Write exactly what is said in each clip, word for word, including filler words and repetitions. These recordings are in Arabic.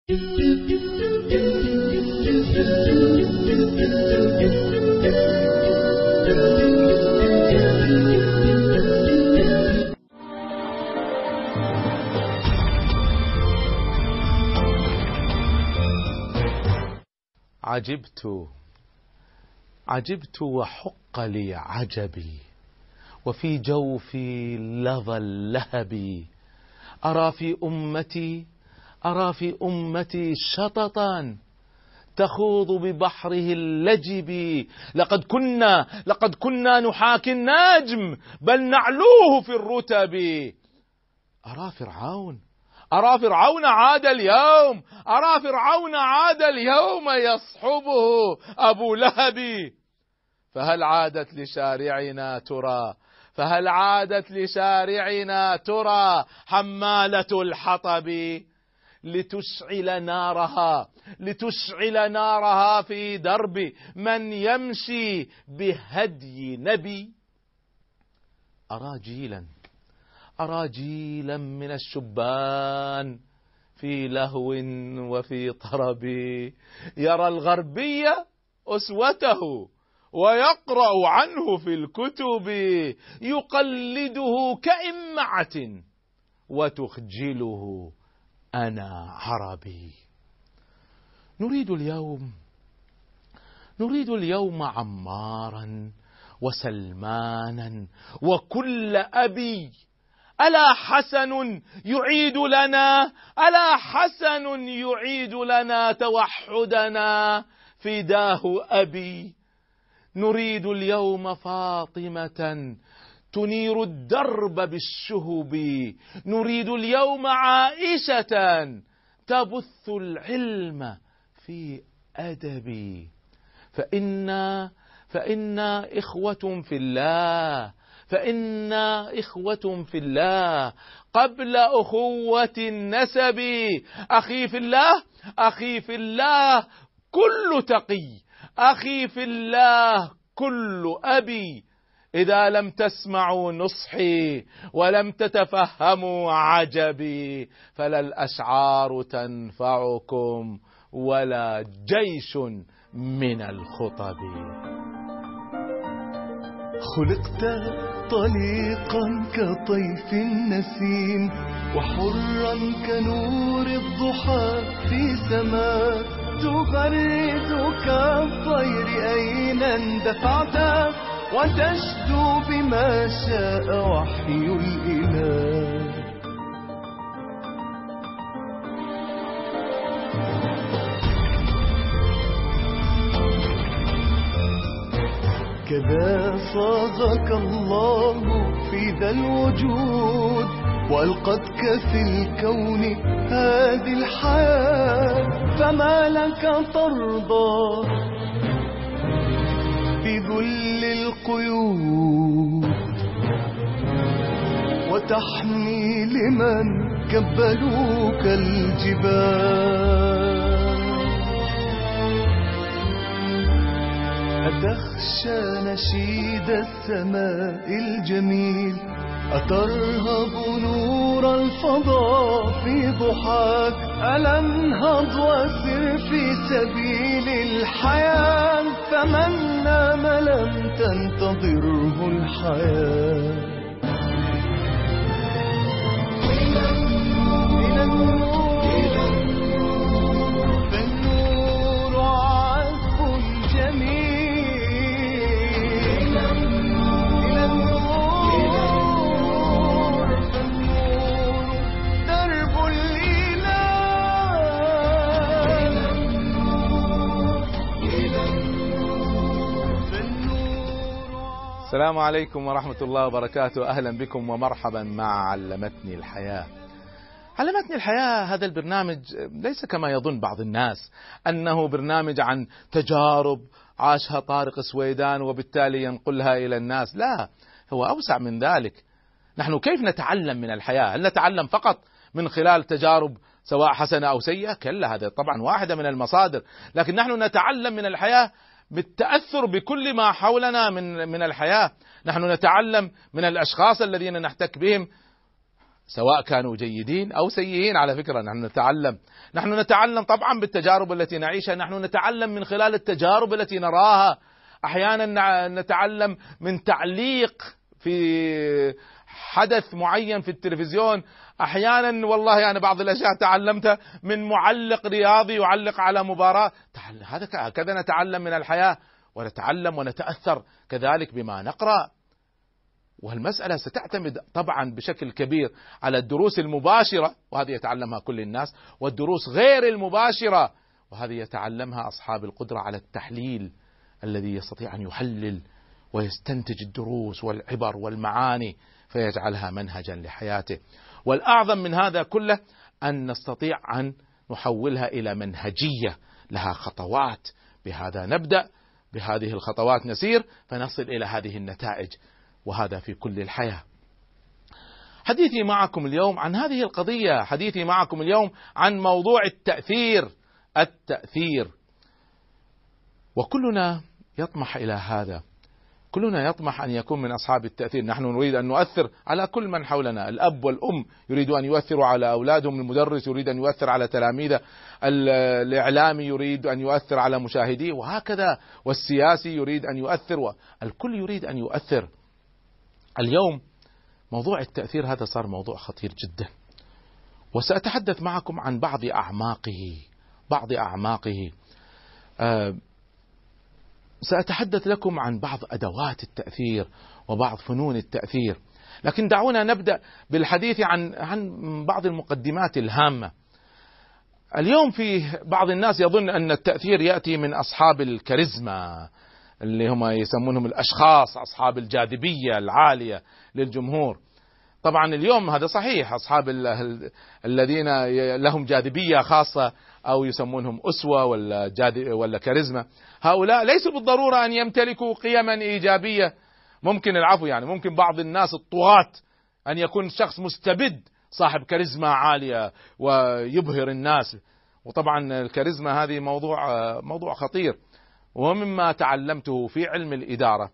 عجبت عجبت وحق لي عجبي، وفي جوفي لظى اللهب. أرى في أمتي أرى في أمتي شططا تخوض ببحره اللجب. لقد كنا لقد كنا نحاكي النجم، بل نعلوه في الرتب. أرى فرعون أرى فرعون عاد اليوم أرى فرعون عاد اليوم يصحبه أبو لهب. فهل عادت لشارعنا ترى فهل عادت لشارعنا ترى حمالة الحطب، لتشعل نارها لتشعل نارها في درب من يمشي بهدي نبي. أرى جيلا أرى جيلا من الشبان في لهو وفي طرب، يرى الغربي أسوته ويقرأ عنه في الكتب، يقلده كإمعة وتخجله أنا عربي. نريد اليوم نريد اليوم عمارا وسلمانا وكل أبي. ألا حسن يعيد لنا ألا حسن يعيد لنا توحدنا فداه أبي. نريد اليوم فاطمة تنير الدرب بالشهب، نريد اليوم عائشة تبث العلم في أدبي. فإنا فإنا إخوة في الله فإنا إخوة في الله قبل أخوة النسب. أخي في الله أخي في الله كل تقي، أخي في الله كل أبي. إذا لم تسمعوا نصحي ولم تتفهموا عجبي، فلا الأشعار تنفعكم ولا جيش من الخطب. خلقت طليقا كطيف النسيم، وحرا كنور الضحى في سماء، تبرد كالطير أين اندفعت، وتشدو بما شاء وحي الإله. كذا صاغك الله في ذا الوجود، وألقتك في الكون هذه الحياة، فما لك ترضى بذل القيود، وتحمي لمن كبلوك الجبال. أتخشى نشيد السماء الجميل، أترهب نور الفضاء في ضحاك، ألا انهض وسر في سبيل الحياة، فمن نام لم تنتظره الحياة. السلام عليكم ورحمة الله وبركاته. أهلا بكم ومرحبا مع علمتني الحياة. علمتني الحياة هذا البرنامج ليس كما يظن بعض الناس أنه برنامج عن تجارب عاشها طارق سويدان وبالتالي ينقلها إلى الناس. لا، هو أوسع من ذلك. نحن كيف نتعلم من الحياة؟ هل نتعلم فقط من خلال تجارب سواء حسنة أو سيئة؟ كلا، هذا طبعا واحدة من المصادر، لكن نحن نتعلم من الحياة بالتأثر بكل ما حولنا من من الحياة. نحن نتعلم من الأشخاص الذين نحتك بهم سواء كانوا جيدين أو سيئين. على فكرة نحن نتعلم نحن نتعلم طبعا بالتجارب التي نعيشها، نحن نتعلم من خلال التجارب التي نراها. أحيانا نتعلم من تعليق في حدث معين في التلفزيون، أحيانا والله أنا بعض الأشياء تعلمتها من معلق رياضي يعلق على مباراة. هذا هكذا نتعلم من الحياة، ونتعلم ونتأثر كذلك بما نقرأ. والمسألة ستعتمد طبعا بشكل كبير على الدروس المباشرة، وهذه يتعلمها كل الناس، والدروس غير المباشرة، وهذه يتعلمها أصحاب القدرة على التحليل، الذي يستطيع أن يحلل ويستنتج الدروس والعبر والمعاني فيجعلها منهجا لحياته. والأعظم من هذا كله أن نستطيع أن نحولها إلى منهجية لها خطوات. بهذا نبدأ، بهذه الخطوات نسير فنصل إلى هذه النتائج، وهذا في كل الحياة. حديثي معكم اليوم عن هذه القضية، حديثي معكم اليوم عن موضوع التأثير. التأثير، وكلنا يطمح إلى هذا، كلنا يطمح أن يكون من أصحاب التأثير. نحن نريد أن نؤثر على كل من حولنا، الأب والأم يريدوا أن يؤثروا على أولادهم، المدرس يريد أن يؤثر على تلاميذه، الإعلامي يريد أن يؤثر على مشاهديه، وهكذا، والسياسي يريد أن يؤثر، والكل يريد أن يؤثر. اليوم موضوع التأثير هذا صار موضوع خطير جدا، وسأتحدث معكم عن بعض أعماقه بعض أعماقه أه سأتحدث لكم عن بعض أدوات التأثير وبعض فنون التأثير. لكن دعونا نبدأ بالحديث عن عن بعض المقدمات الهامة. اليوم في بعض الناس يظن أن التأثير يأتي من أصحاب الكاريزما، اللي هم يسمونهم الأشخاص أصحاب الجاذبية العالية للجمهور. طبعا اليوم هذا صحيح، أصحاب الذين لهم جاذبية خاصة أو يسمونهم أسوة ولا ولا كاريزما، هؤلاء ليسوا بالضرورة أن يمتلكوا قيما إيجابية. ممكن العفو يعني ممكن بعض الناس الطغاة أن يكون شخص مستبد صاحب كاريزما عالية ويبهر الناس. وطبعا الكاريزما هذه موضوع موضوع خطير. ومما تعلمته في علم الإدارة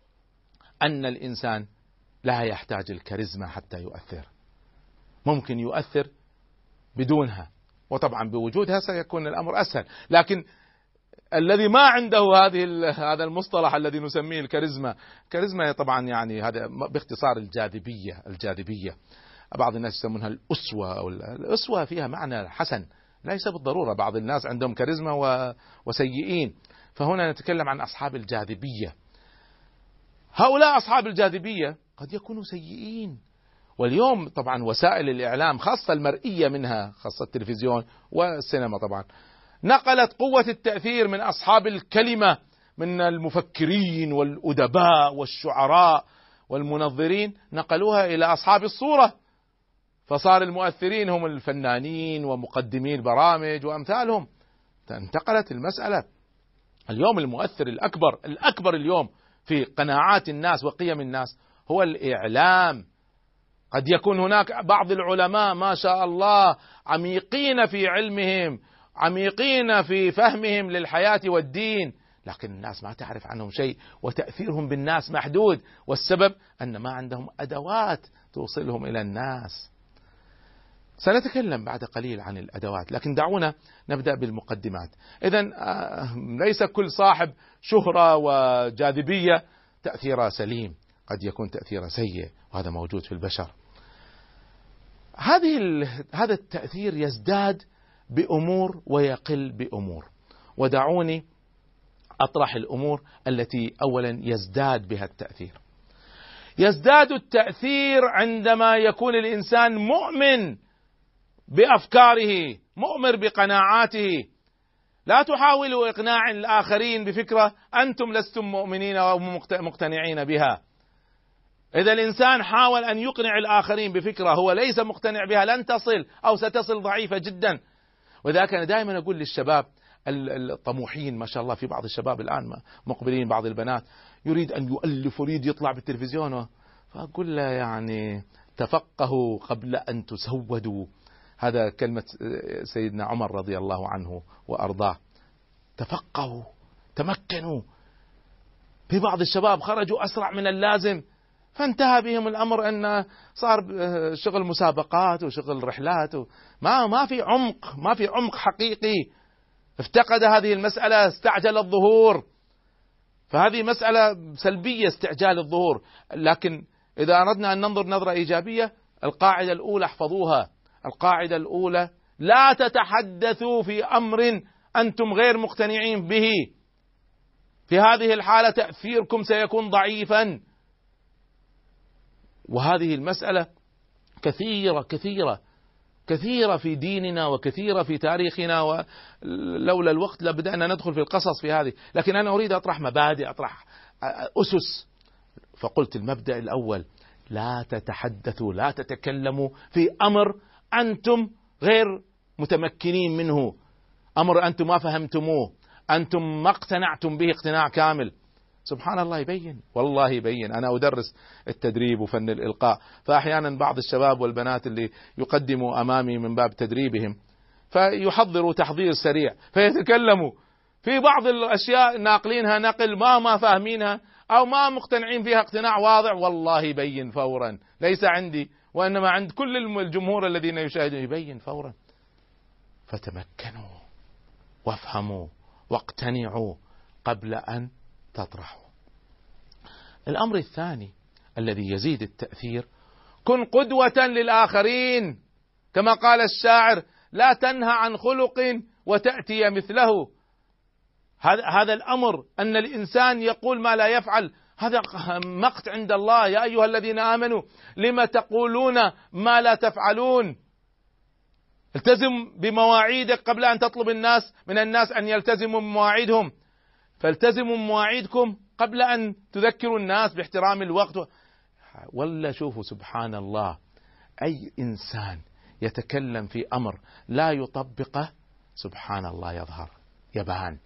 أن الإنسان لا يحتاج الكاريزما حتى يؤثر، ممكن يؤثر بدونها، وطبعا بوجودها سيكون الأمر أسهل. لكن الذي ما عنده هذه هذا المصطلح الذي نسميه الكاريزما، الكاريزما طبعا يعني هذا باختصار الجاذبية الجاذبية بعض الناس يسمونها الأسوة، أو الأسوة فيها معنى حسن، ليس بالضرورة، بعض الناس عندهم كاريزما وسيئين. فهنا نتكلم عن أصحاب الجاذبية. هؤلاء أصحاب الجاذبية قد يكونوا سيئين. واليوم طبعا وسائل الإعلام خاصة المرئية منها، خاصة التلفزيون والسينما طبعا، نقلت قوة التأثير من أصحاب الكلمة، من المفكرين والأدباء والشعراء والمنظرين، نقلوها إلى أصحاب الصورة، فصار المؤثرين هم الفنانين ومقدمي البرامج وأمثالهم. انتقلت المسألة. اليوم المؤثر الأكبر الأكبر اليوم في قناعات الناس وقيم الناس هو الإعلام. قد يكون هناك بعض العلماء ما شاء الله عميقين في علمهم، عميقين في فهمهم للحياة والدين، لكن الناس ما تعرف عنهم شيء، وتأثيرهم بالناس محدود، والسبب أن ما عندهم أدوات توصلهم إلى الناس. سنتكلم بعد قليل عن الأدوات، لكن دعونا نبدأ بالمقدمات. إذن ليس كل صاحب شهرة وجاذبية تأثيره سليم، قد يكون تأثيره سيء، وهذا موجود في البشر. هذه هذا التأثير يزداد بأمور ويقل بأمور، ودعوني أطرح الأمور التي أولا يزداد بها التأثير. يزداد التأثير عندما يكون الإنسان مؤمن بأفكاره، مؤمن بقناعاته. لا تحاولوا إقناع الآخرين بفكرة أنتم لستم مؤمنين أو مقتنعين بها. إذا الإنسان حاول أن يقنع الآخرين بفكرة هو ليس مقتنع بها لن تصل أو ستصل ضعيفة جدا. وذلك أنا دائما أقول للشباب الطموحين، ما شاء الله في بعض الشباب الآن مقبلين، بعض البنات يريد أن يؤلف، يريد يطلع بالتلفزيون، فأقول له يعني تفقهوا قبل أن تسودوا. هذا كلمة سيدنا عمر رضي الله عنه وأرضاه. تفقهوا، تمكنوا. في بعض الشباب خرجوا أسرع من اللازم فانتهى بهم الأمر أن صار شغل مسابقات وشغل رحلات، ما ما في عمق، ما في عمق حقيقي. افتقد هذه المسألة، استعجل الظهور، فهذه مسألة سلبية استعجال الظهور. لكن إذا أردنا أن ننظر نظرة إيجابية، القاعدة الأولى احفظوها، القاعدة الأولى: لا تتحدثوا في أمر أنتم غير مقتنعين به، في هذه الحالة تأثيركم سيكون ضعيفا. وهذه المسألة كثيرة كثيرة كثيرة في ديننا وكثيرة في تاريخنا، ولولا الوقت لبدأنا ندخل في القصص في هذه، لكن أنا أريد أطرح مبادئ، أطرح أسس. فقلت المبدأ الأول: لا تتحدثوا، لا تتكلموا في أمر أنتم غير متمكنين منه، أمر أنتم ما فهمتموه، أنتم ما اقتنعتم به اقتناع كامل. سبحان الله، يبين، والله يبين. أنا أدرس التدريب وفن الإلقاء، فأحيانا بعض الشباب والبنات اللي يقدموا أمامي من باب تدريبهم فيحضروا تحضير سريع، فيتكلموا في بعض الأشياء ناقلينها نقل ما ما فاهمينها أو ما مقتنعين فيها اقتناع واضح، والله يبين فورا، ليس عندي وإنما عند كل الجمهور الذين يشاهدون، يبين فورا. فتمكنوا وافهموا واقتنعوا قبل أن تطرحوا. الأمر الثاني الذي يزيد التأثير: كن قدوة للآخرين، كما قال الشاعر: لا تنهى عن خلق وتأتي مثله. هذا الأمر أن الإنسان يقول ما لا يفعل، هذا مقت عند الله. يا أيها الذين آمنوا لم تقولون ما لا تفعلون. التزم بمواعيدك قبل أن تطلب الناس من الناس أن يلتزموا بمواعيدهم، فالتزموا بمواعيدكم قبل أن تذكروا الناس باحترام الوقت. ولا شوفوا سبحان الله، أي إنسان يتكلم في أمر لا يطبقه سبحان الله يظهر يبان.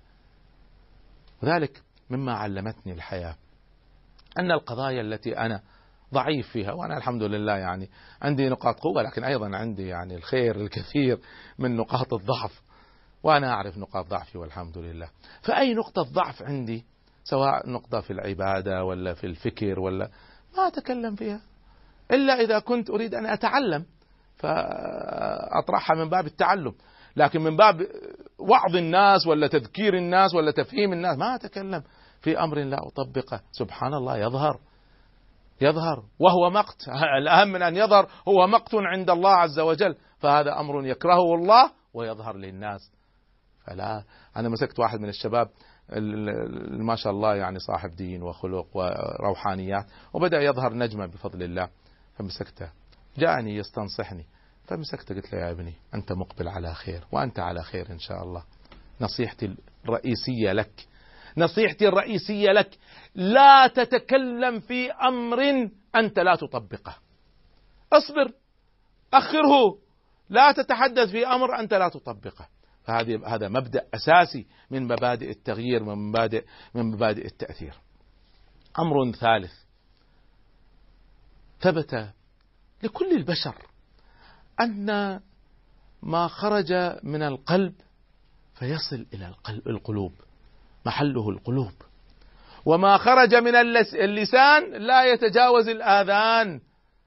وذلك مما علمتني الحياة أن القضايا التي أنا ضعيف فيها، وأنا الحمد لله يعني عندي نقاط قوة، لكن أيضا عندي يعني الخير الكثير من نقاط الضعف، وأنا أعرف نقاط ضعفي والحمد لله. فأي نقطة ضعف عندي، سواء نقطة في العبادة ولا في الفكر ولا، ما أتكلم فيها إلا إذا كنت أريد أن أتعلم فأطرحها من باب التعلم، لكن من باب وعظ الناس ولا تذكير الناس ولا تفهيم الناس ما أتكلم في أمر لا أطبقه. سبحان الله يظهر يظهر وهو مقت. الأهم من أن يظهر هو مقت عند الله عز وجل، فهذا أمر يكرهه الله ويظهر للناس. فلا، أنا مسكت واحد من الشباب ما شاء الله يعني صاحب دين وخلق وروحانيات، وبدأ يظهر نجمة بفضل الله، فمسكته جاءني يستنصحني، فمسكته قلت له: يا ابني أنت مقبل على خير وأنت على خير إن شاء الله. نصيحتي الرئيسية لك نصيحتي الرئيسية لك لا تتكلم في أمر أنت لا تطبقه، اصبر، أخره، لا تتحدث في أمر أنت لا تطبقه. فهذه هذا مبدأ أساسي من مبادئ التغيير، من مبادئ من مبادئ التأثير. أمر ثالث: ثبت لكل البشر أن ما خرج من القلب فيصل إلى القلوب، محله القلوب، وما خرج من اللسان لا يتجاوز الآذان.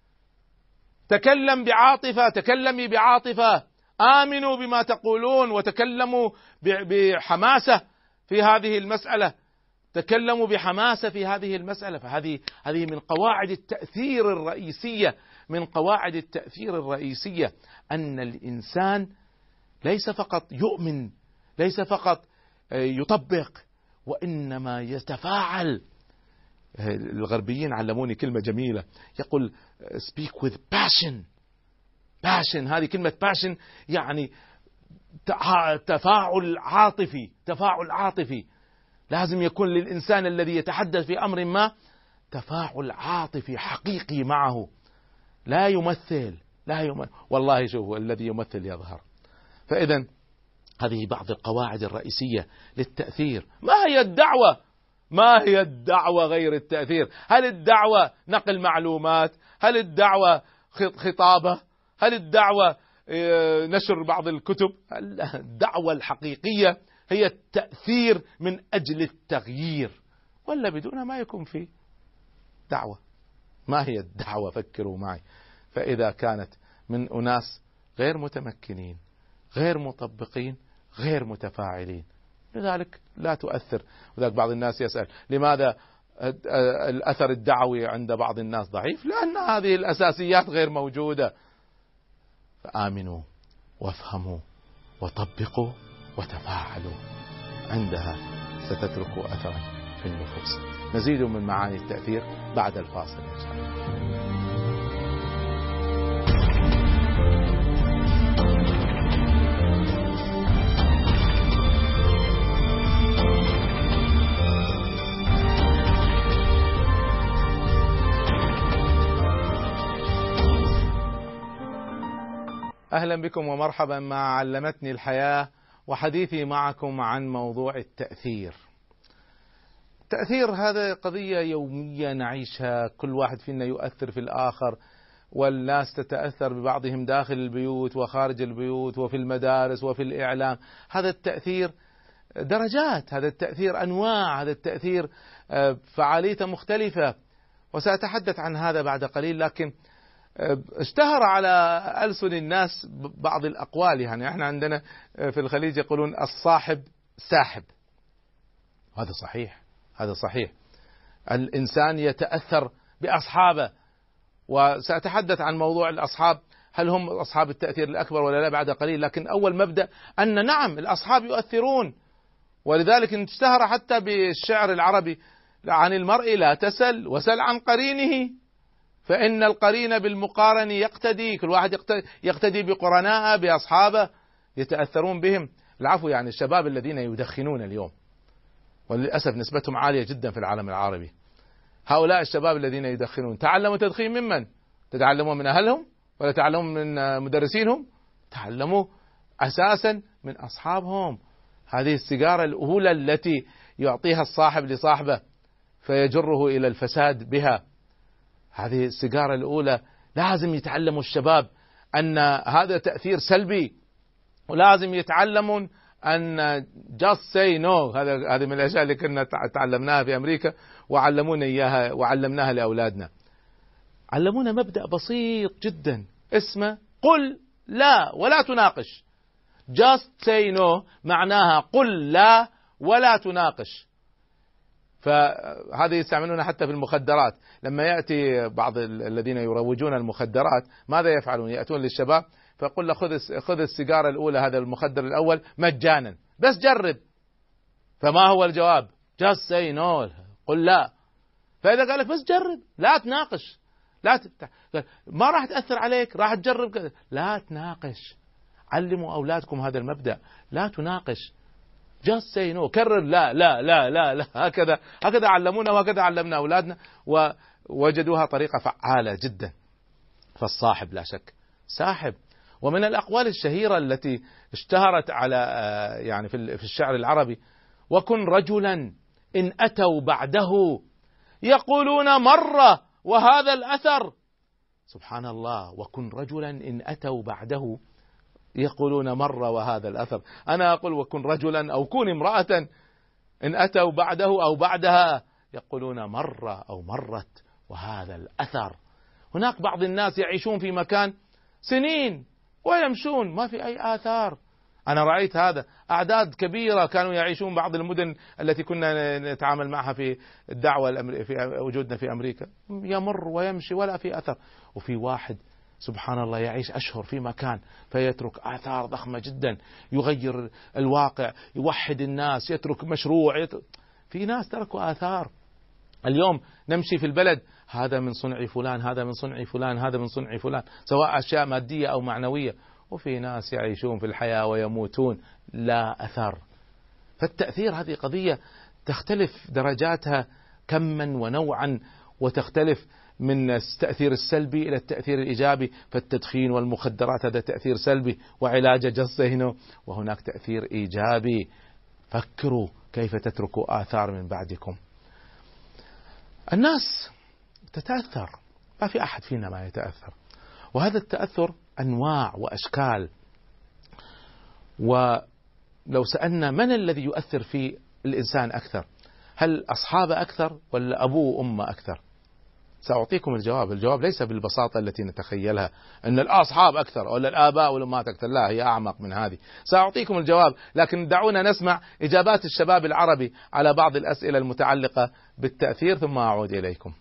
تكلم بعاطفة، تكلمي بعاطفة، آمنوا بما تقولون وتكلموا بحماسة في هذه المسألة، تكلموا بحماسة في هذه المسألة. فهذه هذه من قواعد التأثير الرئيسية، من قواعد التأثير الرئيسية أن الإنسان ليس فقط يؤمن، ليس فقط يطبق، وإنما يتفاعل. الغربيين علموني كلمة جميلة، يقول speak with passion. passion، هذه كلمة passion يعني تفاعل عاطفي، تفاعل عاطفي. لازم يكون للإنسان الذي يتحدث في أمر ما تفاعل عاطفي حقيقي معه، لا يمثل لا يمثل والله شوفوا الذي يمثل يظهر. فإذا هذه بعض القواعد الرئيسية للتأثير. ما هي الدعوة؟ ما هي الدعوة غير التأثير؟ هل الدعوة نقل معلومات؟ هل الدعوة خطابة؟ هل الدعوة نشر بعض الكتب؟ الدعوة الحقيقية هي التأثير من أجل التغيير، ولا بدونها ما يكون في دعوة. ما هي الدعوة؟ فكروا معي. فإذا كانت من أناس غير متمكنين، غير مطبقين، غير متفاعلين، لذلك لا تؤثر. وذلك بعض الناس يسأل لماذا الأثر الدعوي عند بعض الناس ضعيف؟ لأن هذه الأساسيات غير موجودة. فآمنوا وافهموا وطبقوا وتفاعلوا، عندها ستتركوا أثرا في النفوس. مزيد من معاني التأثير بعد الفاصل إن شاء الله. أهلا بكم ومرحبا مع علمتني الحياة، وحديثي معكم عن موضوع التأثير. التأثير هذا قضية يومية نعيشها، كل واحد فينا يؤثر في الآخر، والناس تتأثر ببعضهم داخل البيوت وخارج البيوت وفي المدارس وفي الإعلام. هذا التأثير درجات، هذا التأثير أنواع، هذا التأثير فعاليته مختلفة، وسأتحدث عن هذا بعد قليل. لكن اشتهر على ألسن الناس بعض الأقوال، يعني احنا عندنا في الخليج يقولون الصاحب ساحب. هذا صحيح، هذا صحيح. الإنسان يتأثر بأصحابه، وسأتحدث عن موضوع الأصحاب، هل هم أصحاب التأثير الأكبر ولا لا بعد قليل. لكن أول مبدأ أن نعم الأصحاب يؤثرون، ولذلك اشتهر حتى بالشعر العربي عن المرء لا تسل وسل عن قرينه، فإن القرين بالمقارن يقتدي. كل واحد يقتدي بقرناءه، بأصحابه يتأثرون بهم. العفو، يعني الشباب الذين يدخنون اليوم، وللأسف نسبتهم عالية جدا في العالم العربي، هؤلاء الشباب الذين يدخنون تعلموا تدخين ممن؟ تتعلموا من أهلهم ولا تعلموا من مدرسينهم؟ تعلموا أساسا من أصحابهم. هذه السيجارة الأولى التي يعطيها الصاحب لصاحبه فيجره إلى الفساد بها. هذه السيجارة الأولى لازم يتعلموا الشباب أن هذا تأثير سلبي، ولازم يتعلمون أن just say no. هذا هذه من الأشياء اللي كنا تعلمناها في أمريكا وعلمونا إياها وعلمناها لأولادنا. علمونا مبدأ بسيط جدا اسمه قل لا ولا تناقش. just say no معناها قل لا ولا تناقش. فهذه يستعملونها حتى في المخدرات. لما يأتي بعض الذين يروجون المخدرات ماذا يفعلون؟ يأتون للشباب فيقول له خذ خذ السيجارة الأولى، هذا المخدر الأول مجانا، بس جرب. فما هو الجواب؟ just say no، قل لا. فإذا قال لك بس جرب، لا تناقش، لا تت... ما راح تأثر عليك، راح تجرب، لا تناقش. علموا أولادكم هذا المبدأ، لا تناقش، just say no، كرر لا لا لا لا لا. هكذا هكذا علمونا وهكذا علمنا أولادنا، ووجدوها طريقة فعالة جدا. فالصاحب لا شك ساحب. ومن الأقوال الشهيرة التي اشتهرت على يعني في الشعر العربي: وكن رجلا إن أتوا بعده يقولون مرة وهذا الأثر. سبحان الله، وكن رجلا إن أتوا بعده يقولون مرة وهذا الأثر. أنا أقول وكن رجلا أو كن امرأة إن أتوا بعده أو بعدها يقولون مرة أو مرت وهذا الأثر. هناك بعض الناس يعيشون في مكان سنين ويمشون ما في أي آثار. أنا رأيت هذا، أعداد كبيرة كانوا يعيشون بعض المدن التي كنا نتعامل معها في الدعوة في وجودنا في أمريكا، يمر ويمشي ولا في أثر. وفي واحد سبحان الله يعيش أشهر في مكان فيترك آثار ضخمة جدا، يغير الواقع، يوحد الناس، يترك مشروع يترك. في ناس تركوا آثار. اليوم نمشي في البلد، هذا من صنع فلان، هذا من صنع فلان، هذا من صنع فلان، سواء أشياء مادية أو معنوية. وفي ناس يعيشون في الحياة ويموتون لا أثر. فالتأثير هذه قضية تختلف درجاتها كما ونوعا، وتختلف من التأثير السلبي إلى التأثير الإيجابي. فالتدخين والمخدرات هذا تأثير سلبي وعلاجه جصينه، وهناك تأثير إيجابي. فكروا كيف تتركوا آثار من بعدكم. الناس تتأثر، ما في أحد فينا ما يتأثر، وهذا التأثر أنواع وأشكال. ولو سألنا من الذي يؤثر في الإنسان أكثر، هل أصحابه أكثر ولا أبوه وأمه أكثر؟ سأعطيكم الجواب. الجواب ليس بالبساطة التي نتخيلها أن الأصحاب أكثر ولا الآباء والأمهات أكثر، لا، هي أعمق من هذه. سأعطيكم الجواب، لكن دعونا نسمع إجابات الشباب العربي على بعض الأسئلة المتعلقة بالتأثير ثم أعود إليكم.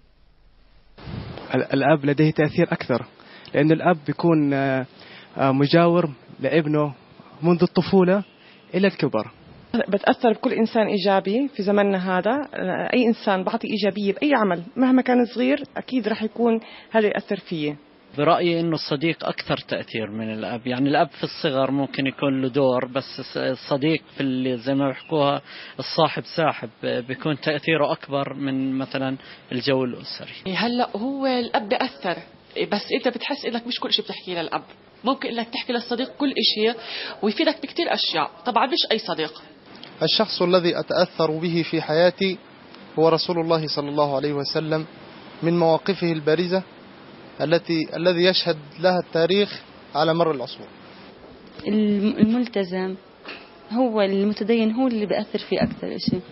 الأب لديه تأثير أكثر، لأن الأب بيكون مجاور لابنه منذ الطفولة إلى الكبر. بتأثر بكل إنسان إيجابي في زمننا هذا. أي إنسان بعطي إيجابية بأي عمل مهما كان صغير أكيد رح يكون هذا يأثر فيه. برأيي إنه الصديق أكثر تأثير من الأب. يعني الأب في الصغر ممكن يكون له دور، بس الصديق في اللي زي ما بيحكوها الصاحب ساحب بيكون تأثيره أكبر من مثلا الجو الأسري. هلا هو الأب بأثر، بس أنت بتحس إنك مش كل شيء بتحكي للأب، ممكن إنك تحكي للصديق كل شيء ويفيدك بكتير أشياء. طبعا مش أي صديق. الشخص الذي أتأثر به في حياتي هو رسول الله صلى الله عليه وسلم، من مواقفه البارزة التي الذي يشهد لها التاريخ على مر العصور. الملتزم هو المتدين، هو اللي بأثر فيه أكثر شيء.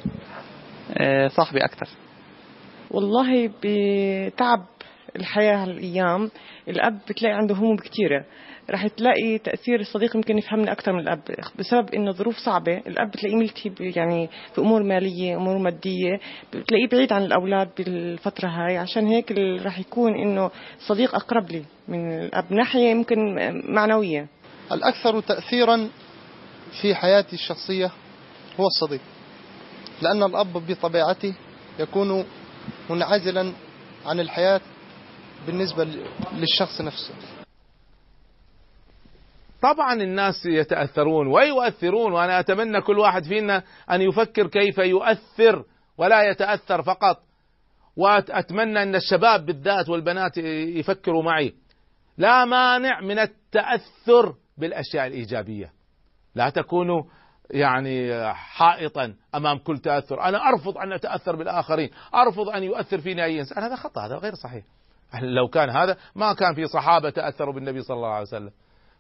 صاحبي أكثر. والله بتعب الحياة هالأيام الأب بتلاقي عنده هموم كتيرة، رح تلاقي تأثير الصديق يمكن يفهمنا أكثر من الأب، بسبب إنه ظروف صعبة. الأب بتلاقيه ملتهي يعني في أمور مالية، أمور مادية، بتلاقيه بعيد عن الأولاد بالفترة هاي. عشان هيك رح يكون إنه الصديق أقرب لي من الأب، ناحية يمكن معنوية. الأكثر تأثيرا في حياتي الشخصية هو الصديق، لأن الأب بطبيعته يكون منعزلا عن الحياة بالنسبة للشخص نفسه. طبعا الناس يتأثرون ويؤثرون، وأنا أتمنى كل واحد فينا أن يفكر كيف يؤثر ولا يتأثر فقط. وأتمنى أن الشباب بالذات والبنات يفكروا معي. لا مانع من التأثر بالأشياء الإيجابية، لا تكونوا يعني حائطا أمام كل تأثر. أنا أرفض أن أتأثر بالآخرين، أرفض أن يؤثر فيني أي إنسان. هذا خطأ، هذا غير صحيح. لو كان هذا ما كان في صحابة تأثروا بالنبي صلى الله عليه وسلم.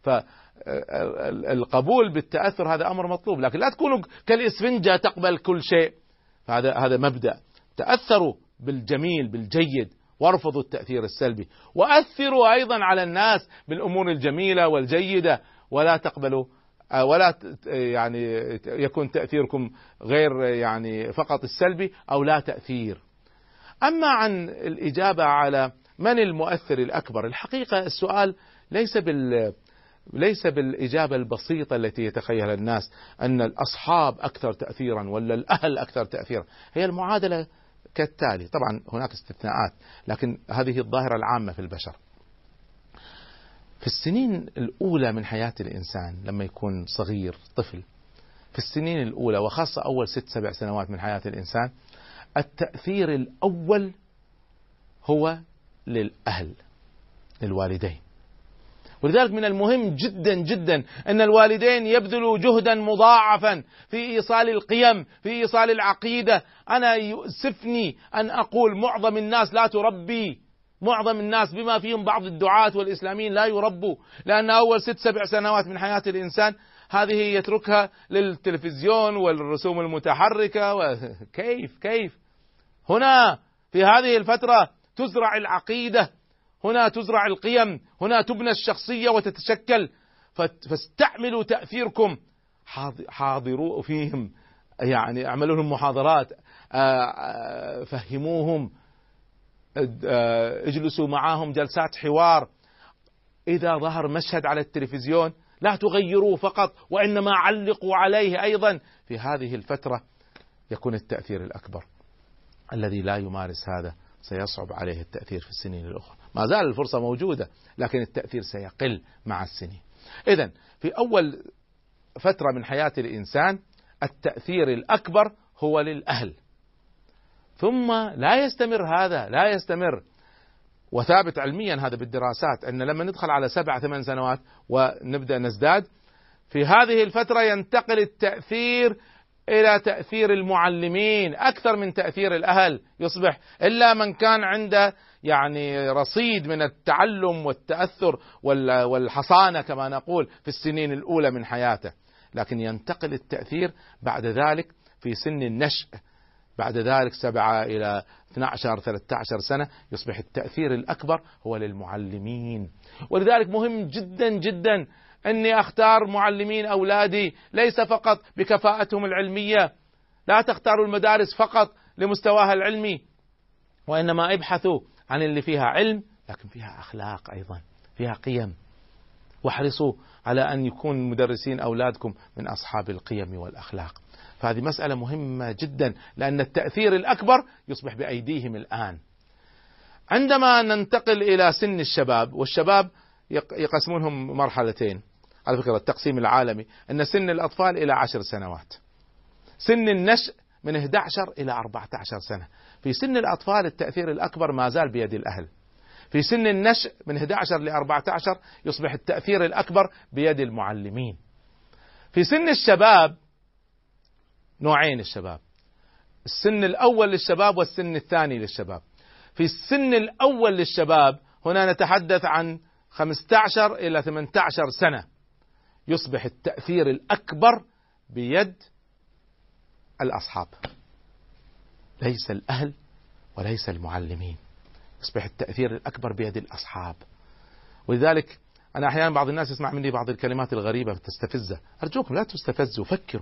فالقبول بالتأثر هذا أمر مطلوب، لكن لا تكونوا كالإسفنجة تقبل كل شيء. هذا هذا مبدأ. تأثروا بالجميل بالجيد وارفضوا التأثير السلبي، وأثروا أيضا على الناس بالأمور الجميلة والجيدة، ولا تقبلوا ولا يعني يكون تأثيركم غير يعني فقط السلبي أو لا تأثير. أما عن الإجابة على من المؤثر الأكبر، الحقيقة السؤال ليس بال ليس بالإجابة البسيطة التي يتخيلها الناس أن الأصحاب أكثر تأثيرا ولا الأهل أكثر تأثيرا. هي المعادلة كالتالي، طبعا هناك استثناءات، لكن هذه الظاهرة العامة في البشر. في السنين الأولى من حياة الإنسان لما يكون صغير طفل، في السنين الأولى وخاصة أول ست سبع سنوات من حياة الإنسان، التأثير الأول هو للأهل، للوالدين. ولذلك من المهم جدا جدا أن الوالدين يبذلوا جهدا مضاعفا في إيصال القيم، في إيصال العقيدة. أنا يؤسفني أن أقول معظم الناس لا تربي، معظم الناس بما فيهم بعض الدعاة والإسلاميين لا يربوا، لأن أول ست سبع سنوات من حياة الإنسان هذه يتركها للتلفزيون والرسوم المتحركة. وكيف كيف هنا في هذه الفترة تزرع العقيدة، هنا تزرع القيم، هنا تبنى الشخصية وتتشكل. فاستعملوا تأثيركم، حاضروا فيهم، يعني اعملوا لهم محاضرات، فهموهم، اجلسوا معهم جلسات حوار. إذا ظهر مشهد على التلفزيون لا تغيروه فقط، وإنما علقوا عليه أيضا. في هذه الفترة يكون التأثير الأكبر. الذي لا يمارس هذا سيصعب عليه التأثير في السنين الأخرى. ما زال الفرصة موجودة، لكن التأثير سيقل مع السنين. إذن في أول فترة من حياة الإنسان التأثير الأكبر هو للأهل، ثم لا يستمر هذا، لا يستمر. وثابت علميا هذا بالدراسات أن لما ندخل على سبع ثمان سنوات ونبدأ نزداد، في هذه الفترة ينتقل التأثير إلى تأثير المعلمين أكثر من تأثير الأهل. يصبح إلا من كان عنده يعني رصيد من التعلم والتأثر والحصانة كما نقول في السنين الأولى من حياته، لكن ينتقل التأثير بعد ذلك في سن النشء، بعد ذلك سبعة إلى اثني عشر ثلاثة عشر سنة يصبح التأثير الأكبر هو للمعلمين. ولذلك مهم جدا جدا أني أختار معلمين أولادي ليس فقط بكفاءتهم العلمية، لا تختاروا المدارس فقط لمستواها العلمي، وإنما ابحثوا عن اللي فيها علم لكن فيها أخلاق أيضا، فيها قيم، واحرصوا على أن يكون مدرسين أولادكم من أصحاب القيم والأخلاق. فهذه مسألة مهمة جدا، لأن التأثير الأكبر يصبح بأيديهم الآن. عندما ننتقل إلى سن الشباب، والشباب يقسمونهم مرحلتين على فكرة التقسيم العالمي، أن سن الأطفال إلى عشر سنوات، سن النشء من أحد عشر إلى أربعة عشر سنة. في سن الأطفال التأثير الأكبر ما زال بيد الأهل. في سن النشء من أحد عشر إلى أربعة عشر يصبح التأثير الأكبر بيد المعلمين. في سن الشباب نوعين الشباب، السن الأول للشباب والسن الثاني للشباب. في السن الأول للشباب هنا نتحدث عن خمسة عشر إلى ثمانية عشر سنة، يصبح التأثير الأكبر بيد الأصحاب، ليس الأهل وليس المعلمين، يصبح التأثير الأكبر بيد الأصحاب. ولذلك أنا أحيانا بعض الناس يسمع مني بعض الكلمات الغريبة تستفزه، أرجوكم لا تستفزوا، فكروا.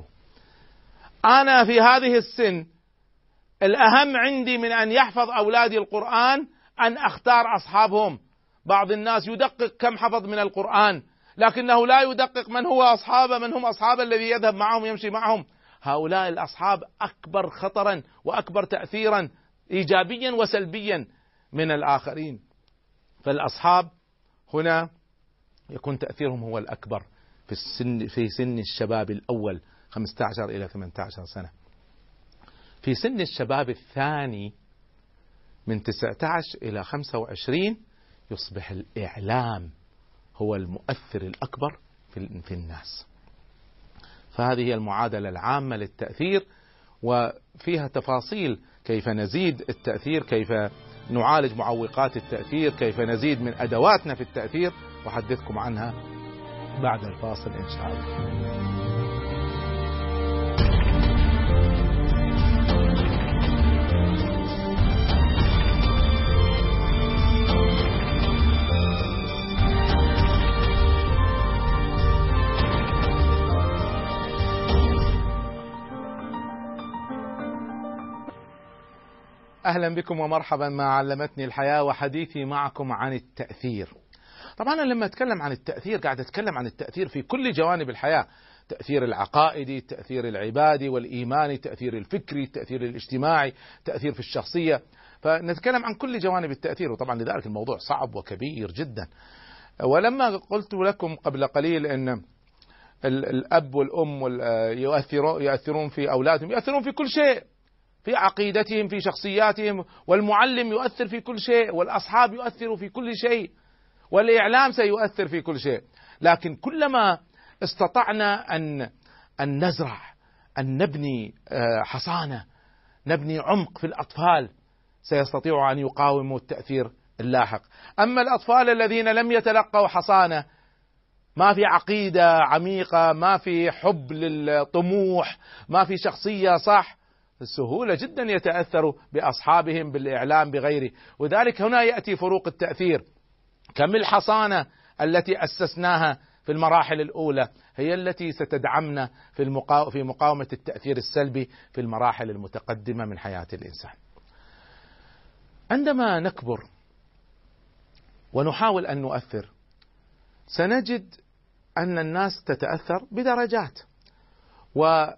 أنا في هذه السن الأهم عندي من أن يحفظ أولادي القرآن أن أختار أصحابهم. بعض الناس يدقق كم حفظ من القرآن لكنه لا يدقق من هو أصحابه، من هم أصحاب الذي يذهب معهم يمشي معهم. هؤلاء الأصحاب أكبر خطرا وأكبر تأثيرا إيجابيا وسلبيا من الآخرين. فالأصحاب هنا يكون تأثيرهم هو الأكبر في السن في سن الشباب الأول خمسة عشر إلى ثمانية عشر سنة. في سن الشباب الثاني من تسعة عشر إلى خمسة وعشرين يصبح الإعلام هو المؤثر الأكبر في في الناس. فهذه هي المعادلة العامة للتأثير، وفيها تفاصيل كيف نزيد التأثير، كيف نعالج معوقات التأثير، كيف نزيد من أدواتنا في التأثير، وأحدثكم عنها بعد الفاصل إن شاء الله. أهلا بكم ومرحبا مع علمتني الحياة، وحديثي معكم عن التأثير. طبعا أنا لما أتكلم عن التأثير قاعد أتكلم عن التأثير في كل جوانب الحياة، التأثير العقائدي، التأثير العبادي والإيماني، التأثير الفكري، التأثير الاجتماعي، التأثير في الشخصية. فنتكلم عن كل جوانب التأثير، وطبعا لذلك الموضوع صعب وكبير جدا. ولما قلت لكم قبل قليل أن الأب والأم يؤثرون في أولادهم، يؤثرون في كل شيء، في عقيدتهم، في شخصياتهم، والمعلم يؤثر في كل شيء، والأصحاب يؤثروا في كل شيء، والإعلام سيؤثر في كل شيء. لكن كلما استطعنا أن أن نزرع، أن نبني حصانة، نبني عمق في الأطفال، سيستطيعوا أن يقاوموا التأثير اللاحق. أما الأطفال الذين لم يتلقوا حصانة، ما في عقيدة عميقة، ما في حب للطموح، ما في شخصية صح، السهولة جدا يتأثروا بأصحابهم، بالإعلام، بغيره. وذلك هنا يأتي فروق التأثير. كم الحصانة التي أسسناها في المراحل الأولى هي التي ستدعمنا في المقاو... في مقاومة التأثير السلبي في المراحل المتقدمة من حياة الإنسان. عندما نكبر ونحاول أن نؤثر، سنجد أن الناس تتأثر بدرجات، وهذا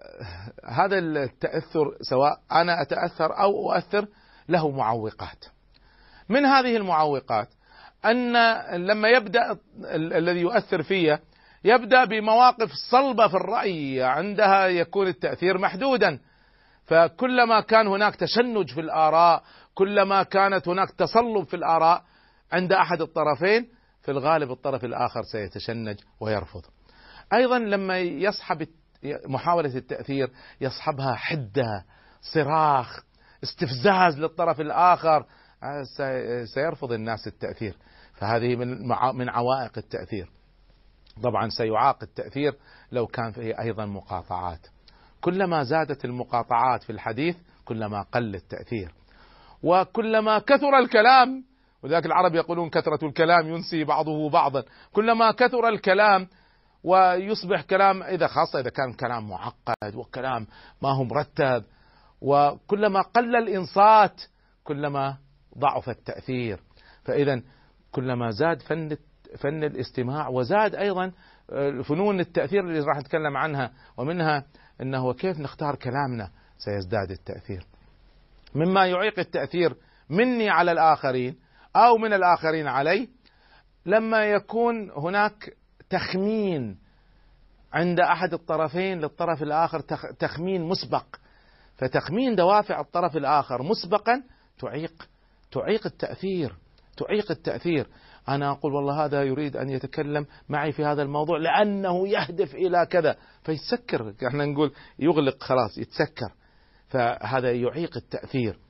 التأثر سواء أنا أتأثر أو أؤثر له معوقات. من هذه المعوقات أن لما يبدأ الذي يؤثر فيه يبدأ بمواقف صلبة في الرأي، عندها يكون التأثير محدودا. فكلما كان هناك تشنج في الآراء، كلما كانت هناك تصلب في الآراء عند أحد الطرفين، في الغالب الطرف الآخر سيتشنج ويرفض. أيضا لما يصحب محاولة التأثير يصحبها حدة، صراخ، استفزاز للطرف الآخر، سيرفض الناس التأثير. فهذه من من عوائق التأثير. طبعا سيعاق التأثير لو كان فيه أيضا مقاطعات. كلما زادت المقاطعات في الحديث كلما قل التأثير. وكلما كثر الكلام، وذلك العرب يقولون كثرة الكلام ينسي بعضه بعضا، كلما كثر الكلام ويصبح كلام، إذا خاصة إذا كان كلام معقد وكلام ما هو مرتب، وكلما قل الإنصات كلما ضعف التأثير. فإذا كلما زاد فن فن الاستماع، وزاد أيضا فنون التأثير اللي راح نتكلم عنها، ومنها أنه كيف نختار كلامنا سيزداد التأثير. مما يعيق التأثير مني على الآخرين أو من الآخرين علي لما يكون هناك تخمين عند أحد الطرفين للطرف الآخر، تخمين مسبق. فتخمين دوافع الطرف الآخر مسبقا تعيق تعيق التأثير تعيق التأثير. أنا أقول والله هذا يريد أن يتكلم معي في هذا الموضوع لأنه يهدف إلى كذا، فيسكر، احنا نقول يغلق، خلاص يتسكر. فهذا يعيق التأثير.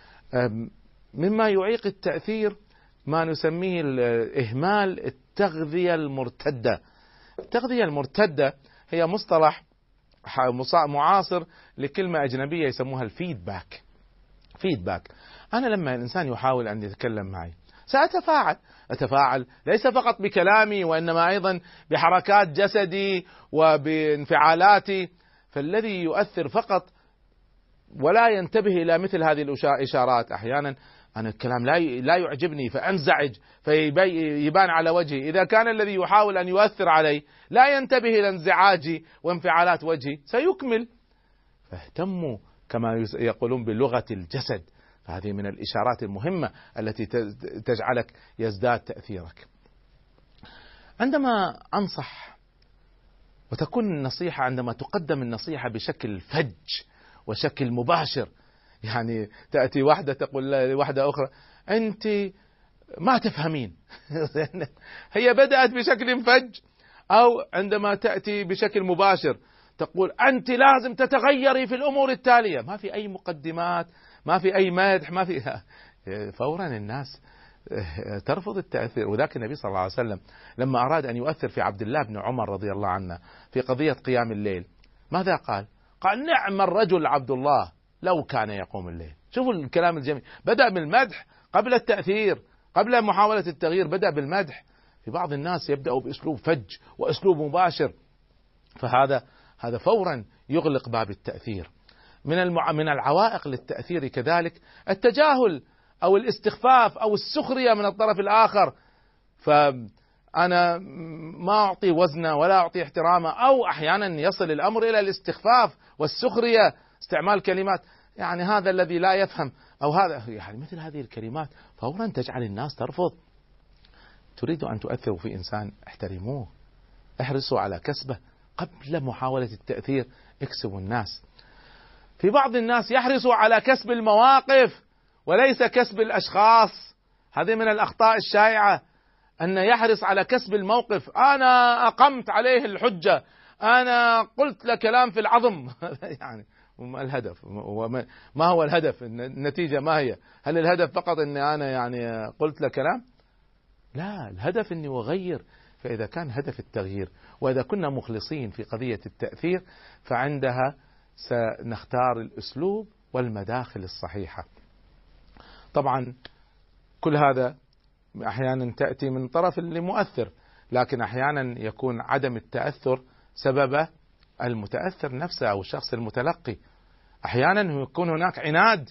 مما يعيق التأثير ما نسميه إهمال التغذية المرتدة. التغذية المرتدة هي مصطلح معاصر لكلمة أجنبية يسموها الفيدباك. فيدباك، أنا لما الإنسان يحاول أن يتكلم معي سأتفاعل أتفاعل ليس فقط بكلامي وإنما أيضا بحركات جسدي وبانفعالاتي. فالذي يؤثر فقط ولا ينتبه إلى مثل هذه الإشارات، أحيانا أنا الكلام لا لا يعجبني فأنزعج فيبان على وجهي. إذا كان الذي يحاول أن يؤثر علي لا ينتبه إلى انزعاجي وانفعالات وجهي سيكمل. فاهتموا كما يقولون بلغة الجسد، فهذه من الإشارات المهمة التي تجعلك يزداد تأثيرك. عندما أنصح، وتكون النصيحة عندما تقدم النصيحة بشكل فج وشكل مباشر، يعني تأتي واحدة تقول لواحدة أخرى أنت ما تفهمين هي بدأت بشكل فج، أو عندما تأتي بشكل مباشر تقول أنت لازم تتغيري في الأمور التالية، ما في أي مقدمات، ما في أي مدح، ما في فورا الناس ترفض التأثير. وذاك النبي صلى الله عليه وسلم لما أراد أن يؤثر في عبد الله بن عمر رضي الله عنه في قضية قيام الليل ماذا قال؟ قال نعم الرجل عبد الله لو كان يقوم الليل. شوفوا الكلام الجميل، بدأ بالمدح قبل التأثير، قبل محاولة التغيير بدأ بالمدح. في بعض الناس يبدأ بأسلوب فج وأسلوب مباشر، فهذا هذا فورا يغلق باب التأثير. من المع... من العوائق للتأثير كذلك التجاهل أو الاستخفاف أو السخرية من الطرف الآخر، فأنا ما أعطي وزنه ولا أعطي احترامه، أو أحيانا يصل الأمر إلى الاستخفاف والسخرية، استعمال كلمات يعني هذا الذي لا يفهم أو هذا، يعني مثل هذه الكلمات فورا تجعل الناس ترفض. تريدوا أن تؤثروا في إنسان احترموه، احرصوا على كسبه قبل محاولة التأثير، اكسبوا الناس. في بعض الناس يحرصوا على كسب المواقف وليس كسب الأشخاص، هذه من الأخطاء الشائعة، أن يحرص على كسب الموقف، أنا أقمت عليه الحجة، أنا قلت له كلام في العظم يعني وما الهدف؟ ما هو الهدف؟ النتيجة ما هي؟ هل الهدف فقط أني أنا يعني قلت له كلام؟ لا، الهدف أني أغير. فإذا كان هدف التغيير وإذا كنا مخلصين في قضية التأثير فعندها سنختار الأسلوب والمداخل الصحيحة. طبعا كل هذا أحيانا تأتي من طرف المؤثر، لكن أحيانا يكون عدم التأثر سبب المتأثر نفسه أو الشخص المتلقي. أحيانا يكون هناك عناد،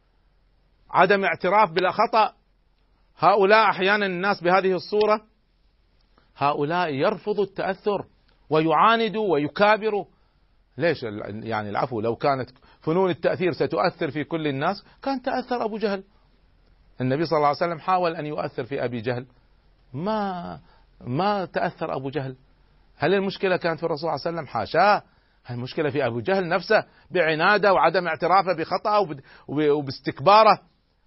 عدم اعتراف بالخطأ. هؤلاء أحيانا الناس بهذه الصورة هؤلاء يرفضوا التأثر ويعاندوا ويكابروا. ليش؟ يعني العفو، لو كانت فنون التأثير ستؤثر في كل الناس كان تأثر أبو جهل. النبي صلى الله عليه وسلم حاول أن يؤثر في أبي جهل، ما ما تأثر أبو جهل. هل المشكلة كانت في الرسول صلى الله عليه وسلم؟ حاشاه، المشكلة في أبو جهل نفسه بعناده وعدم اعترافه بخطأه وباستكباره،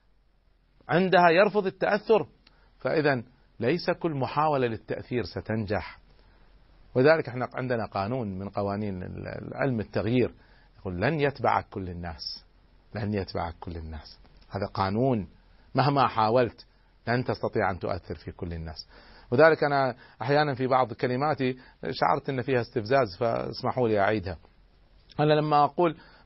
عندها يرفض التأثر. فإذا ليس كل محاولة للتأثير ستنجح. وذلك احنا عندنا قانون من قوانين علم التغيير يقول لن يتبعك كل الناس، لن يتبعك كل الناس. هذا قانون، مهما حاولت لن تستطيع أن تؤثر في كل الناس. وذلك أنا أحيانا في بعض كلماتي شعرت أن فيها استفزاز فاسمحوا لي أعيدها. أنا لما أقول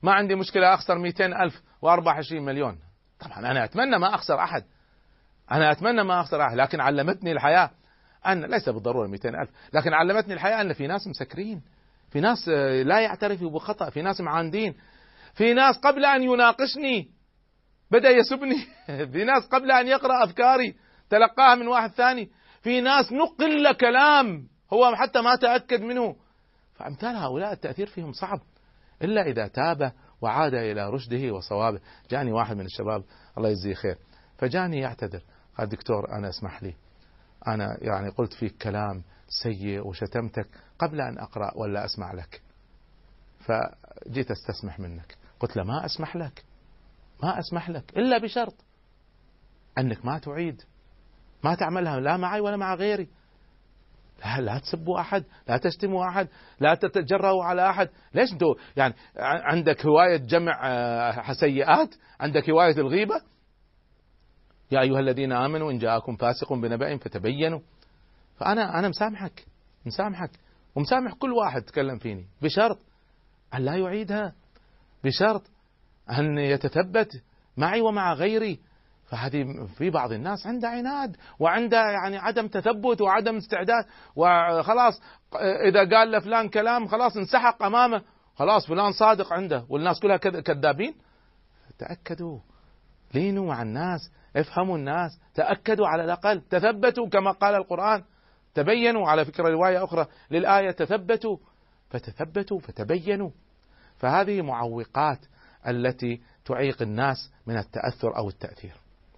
ما عندي مشكلة أخسر مئتين ألف وأربعة وعشرين مليون. طبعا أنا أتمنى ما أخسر أحد، أنا أتمنى ما أخسر أحد، لكن علمتني الحياة أن ليس بالضرورة مئتين ألف، لكن علمتني الحياة أن في ناس مسكرين، في ناس لا يعترفوا بخطأ، في ناس معاندين، في ناس قبل أن يناقشني بدأ يسبني، في ناس قبل أن يقرأ أفكاري تلقاها من واحد ثاني، في ناس نقل كلام هو حتى ما تأكد منه. فأمثال هؤلاء التأثير فيهم صعب إلا إذا تاب وعاد إلى رشده وصوابه. جاني واحد من الشباب الله يجزيه خير، فجاني يعتذر، قال دكتور أنا اسمح لي، أنا يعني قلت فيك كلام سيء وشتمتك قبل أن أقرأ ولا أسمع لك، فجيت أستسمح منك. قلت له ما أسمح لك، ما أسمح لك إلا بشرط أنك ما تعيد، ما تعملها لا معي ولا مع غيري. لا, لا تسبوا أحد، لا تشتموا أحد، لا تتجرأوا على أحد. ليش أنتوا يعني عندك هواية جمع سيئات، عندك هواية الغيبة؟ يا أيها الذين آمنوا إن جاءكم فاسق بنبأ فتبينوا. فأنا أنا مسامحك، مسامحك ومسامح كل واحد تكلم فيني بشرط أن لا يعيدها، بشرط أن يتثبت معي ومع غيري. فهذه في بعض الناس عنده عناد وعنده يعني عدم تثبت وعدم استعداد، وخلاص إذا قال لفلان كلام خلاص انسحق أمامه، خلاص فلان صادق عنده والناس كلها كذابين. تأكدوا، لينوا مع الناس، افهموا الناس، تأكدوا على الأقل، تثبتوا كما قال القرآن، تبينوا. على فكرة رواية أخرى للآية تثبتوا، فتثبتوا فتبينوا. فهذه معوقات التي تعيق الناس من التأثر أو التأثير.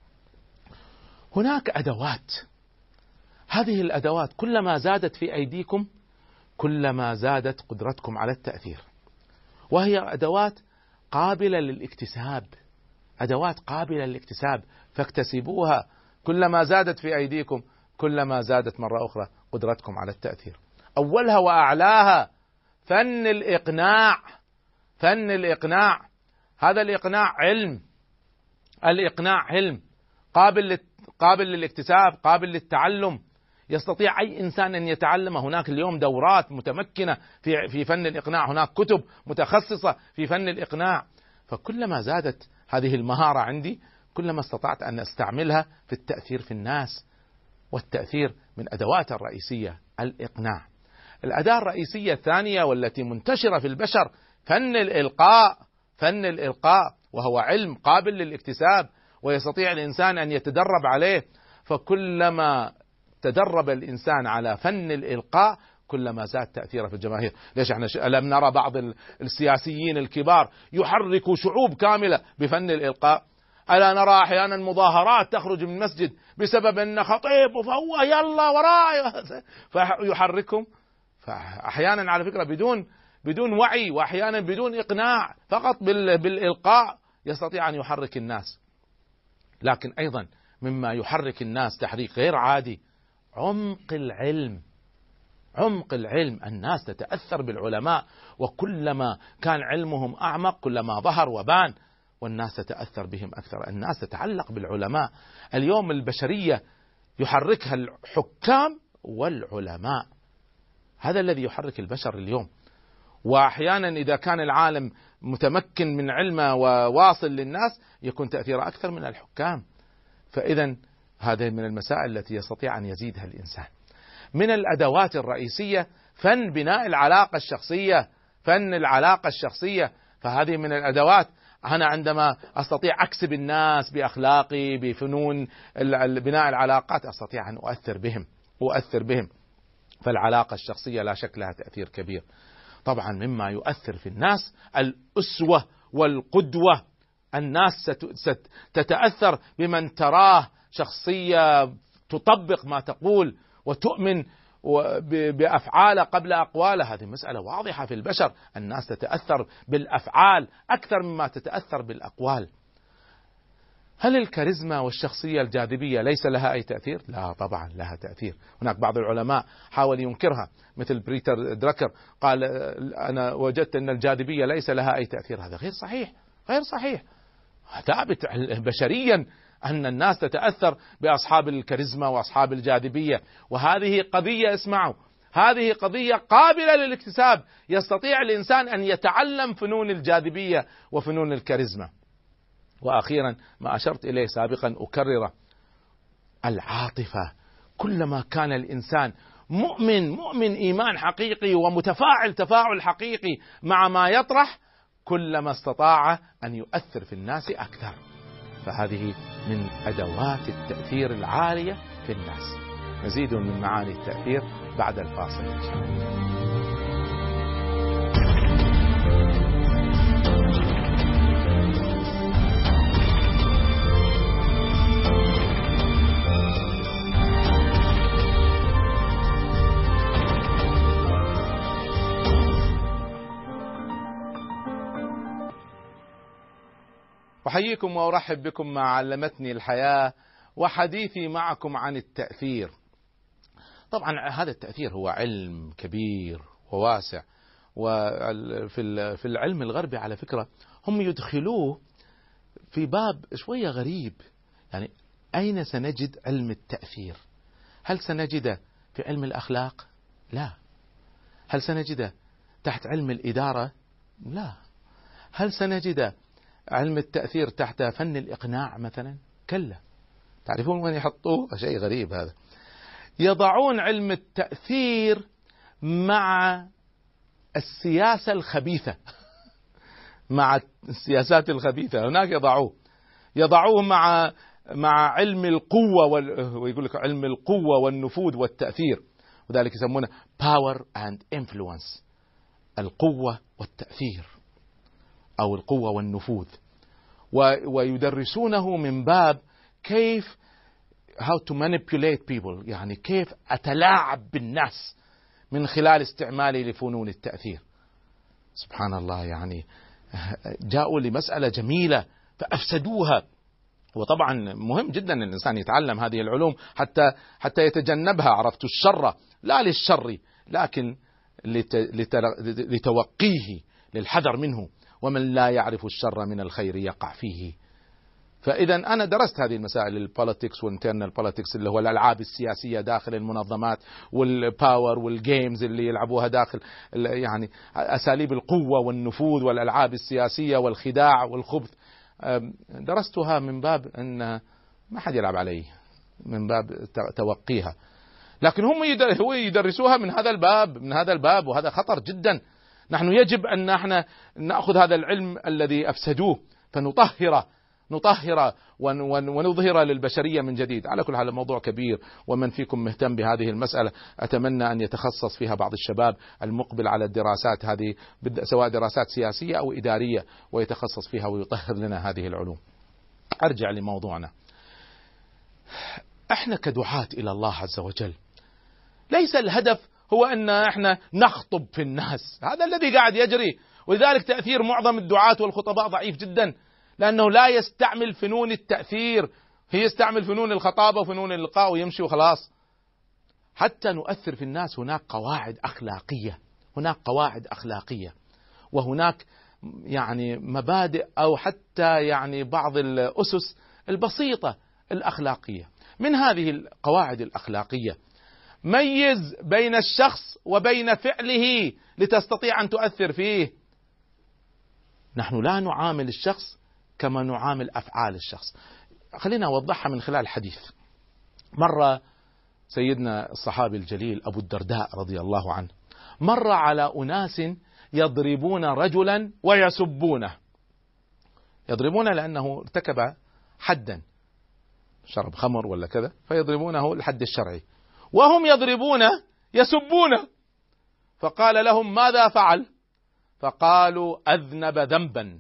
هناك أدوات، هذه الأدوات كلما زادت في أيديكم كلما زادت قدرتكم على التأثير، وهي أدوات قابلة للاكتساب، أدوات قابلة للاكتساب فاكتسبوها. كلما زادت في أيديكم كلما زادت مرة أخرى قدرتكم على التأثير. أولها وأعلاها فن الإقناع، فن الإقناع. هذا الإقناع علم، الإقناع علم قابل قابل للاكتساب، قابل للتعلم، يستطيع أي إنسان أن يتعلم. هناك اليوم دورات متمكنة في في فن الإقناع، هناك كتب متخصصة في فن الإقناع. فكلما زادت هذه المهارة عندي كلما استطعت أن أستعملها في التأثير في الناس. والتأثير من أدوات الرئيسية الإقناع. الأداة الرئيسية الثانية والتي منتشرة في البشر فن الإلقاء، فن الإلقاء وهو علم قابل للاكتساب ويستطيع الإنسان أن يتدرب عليه. فكلما تدرب الإنسان على فن الإلقاء كلما زاد تأثيره في الجماهير. ليش احنا لم نرى بعض السياسيين الكبار يحركوا شعوب كاملة بفن الإلقاء؟ ألا نرى أحيانا مظاهرات تخرج من مسجد بسبب أن خطيب وفهو يلا وراء فيحركهم. فأحيانا على فكرة بدون بدون وعي، وأحيانا بدون إقناع، فقط بالإلقاء يستطيع أن يحرك الناس. لكن أيضا مما يحرك الناس تحريك غير عادي عمق العلم، عمق العلم. الناس تتأثر بالعلماء، وكلما كان علمهم أعمق كلما ظهر وبان، والناس تتأثر بهم أكثر. الناس تتعلق بالعلماء. اليوم البشرية يحركها الحكام والعلماء، هذا الذي يحرك البشر اليوم. وأحيانا إذا كان العالم متمكن من علمه وواصل للناس يكون تأثيره أكثر من الحكام. فإذا هذه من المسائل التي يستطيع أن يزيدها الإنسان. من الأدوات الرئيسية فن بناء العلاقة الشخصية، فن العلاقة الشخصية. فهذه من الأدوات. أنا عندما أستطيع أكسب الناس بأخلاقي بفنون بناء العلاقات أستطيع أن أؤثر بهم أؤثر بهم فالعلاقة الشخصية لا شك لها تأثير كبير. طبعا مما يؤثر في الناس الأسوة والقدوة. الناس ستتأثر بمن تراه شخصية تطبق ما تقول وتؤمن بأفعاله قبل أقواله. هذه مسألة واضحة في البشر. الناس تتأثر بالأفعال أكثر مما تتأثر بالأقوال. هل الكاريزما والشخصية الجاذبية ليس لها أي تأثير؟ لا طبعا لها تأثير. هناك بعض العلماء حاول ينكرها مثل بريتر دراكر، قال أنا وجدت أن الجاذبية ليس لها أي تأثير. هذا غير صحيح، غير صحيح. ثابت بشريا أن الناس تتأثر بأصحاب الكاريزما وأصحاب الجاذبية. وهذه قضية، اسمعوا، هذه قضية قابلة للاكتساب، يستطيع الإنسان أن يتعلم فنون الجاذبية وفنون الكاريزما. وأخيرا ما أشرت إليه سابقا أكرره، العاطفة. كلما كان الإنسان مؤمن مؤمن إيمان حقيقي ومتفاعل تفاعل حقيقي مع ما يطرح، كلما استطاع أن يؤثر في الناس أكثر. فهذه من أدوات التأثير العالية في الناس. مزيد من معاني التأثير بعد الفاصل إن شاء الله. أحييكم وأرحب بكم مع علمتني الحياة، وحديثي معكم عن التأثير. طبعا هذا التأثير هو علم كبير وواسع، وفي في العلم الغربي على فكرة هم يدخلوه في باب شوية غريب. يعني أين سنجد علم التأثير؟ هل سنجده في علم الأخلاق؟ لا. هل سنجده تحت علم الإدارة؟ لا. هل سنجده علم التأثير تحت فن الإقناع مثلا؟ كلا. تعرفون وين يحطوه؟ شيء غريب هذا. يضعون علم التأثير مع السياسة الخبيثة مع السياسات الخبيثة هناك يضعوه يضعوه مع مع علم القوة وال... ويقول لك علم القوة والنفوذ والتأثير، وذلك يسمونه power and influence، القوة والتأثير أو القوة والنفوذ. ويدرسونه من باب كيف how to manipulate people، يعني كيف أتلاعب بالناس من خلال استعمالي لفنون التأثير. سبحان الله، يعني جاءوا لمسألة جميلة فأفسدوها. وطبعا مهم جدا أن الإنسان يتعلم هذه العلوم حتى حتى يتجنبها. عرفت الشر لا للشر لكن لتوقيه، للحذر منه، ومن لا يعرف الشر من الخير يقع فيه. فإذا أنا درست هذه المسائل، البوليتكس والانترنال بوليتكس اللي هو الألعاب السياسية داخل المنظمات، والباور والجيمز اللي يلعبوها داخل، يعني أساليب القوة والنفوذ والألعاب السياسية والخداع والخبث. درستها من باب أن ما حد يلعب علي، من باب توقيها. لكن هم يدرسوها من هذا الباب من هذا الباب وهذا خطر جدا. نحن يجب أن احنا نأخذ هذا العلم الذي أفسدوه فنطهره نطهر ونظهر للبشرية من جديد. على كل حال الموضوع كبير، ومن فيكم مهتم بهذه المسألة أتمنى أن يتخصص فيها بعض الشباب المقبل على الدراسات هذه، سواء دراسات سياسية أو إدارية، ويتخصص فيها ويطهر لنا هذه العلوم. أرجع لموضوعنا. احنا كدعاة إلى الله عز وجل ليس الهدف هو أن احنا نخطب في الناس، هذا الذي قاعد يجري. ولذلك تأثير معظم الدعاة والخطباء ضعيف جدا، لأنه لا يستعمل فنون التأثير، هي يستعمل فنون الخطابة وفنون اللقاء ويمشي وخلاص. حتى نؤثر في الناس هناك قواعد أخلاقية، هناك قواعد أخلاقية، وهناك يعني مبادئ أو حتى يعني بعض الأسس البسيطة الأخلاقية. من هذه القواعد الأخلاقية ميز بين الشخص وبين فعله لتستطيع أن تؤثر فيه. نحن لا نعامل الشخص كما نعامل أفعال الشخص. خلينا أوضحها من خلال حديث. مرة سيدنا الصحابي الجليل أبو الدرداء رضي الله عنه مر على أناس يضربون رجلا ويسبونه. يضربونه لأنه ارتكب حدا، شرب خمر ولا كذا، فيضربونه الحد الشرعي، وهم يضربونه يسبونه. فقال لهم ماذا فعل؟ فقالوا أذنب ذنبا.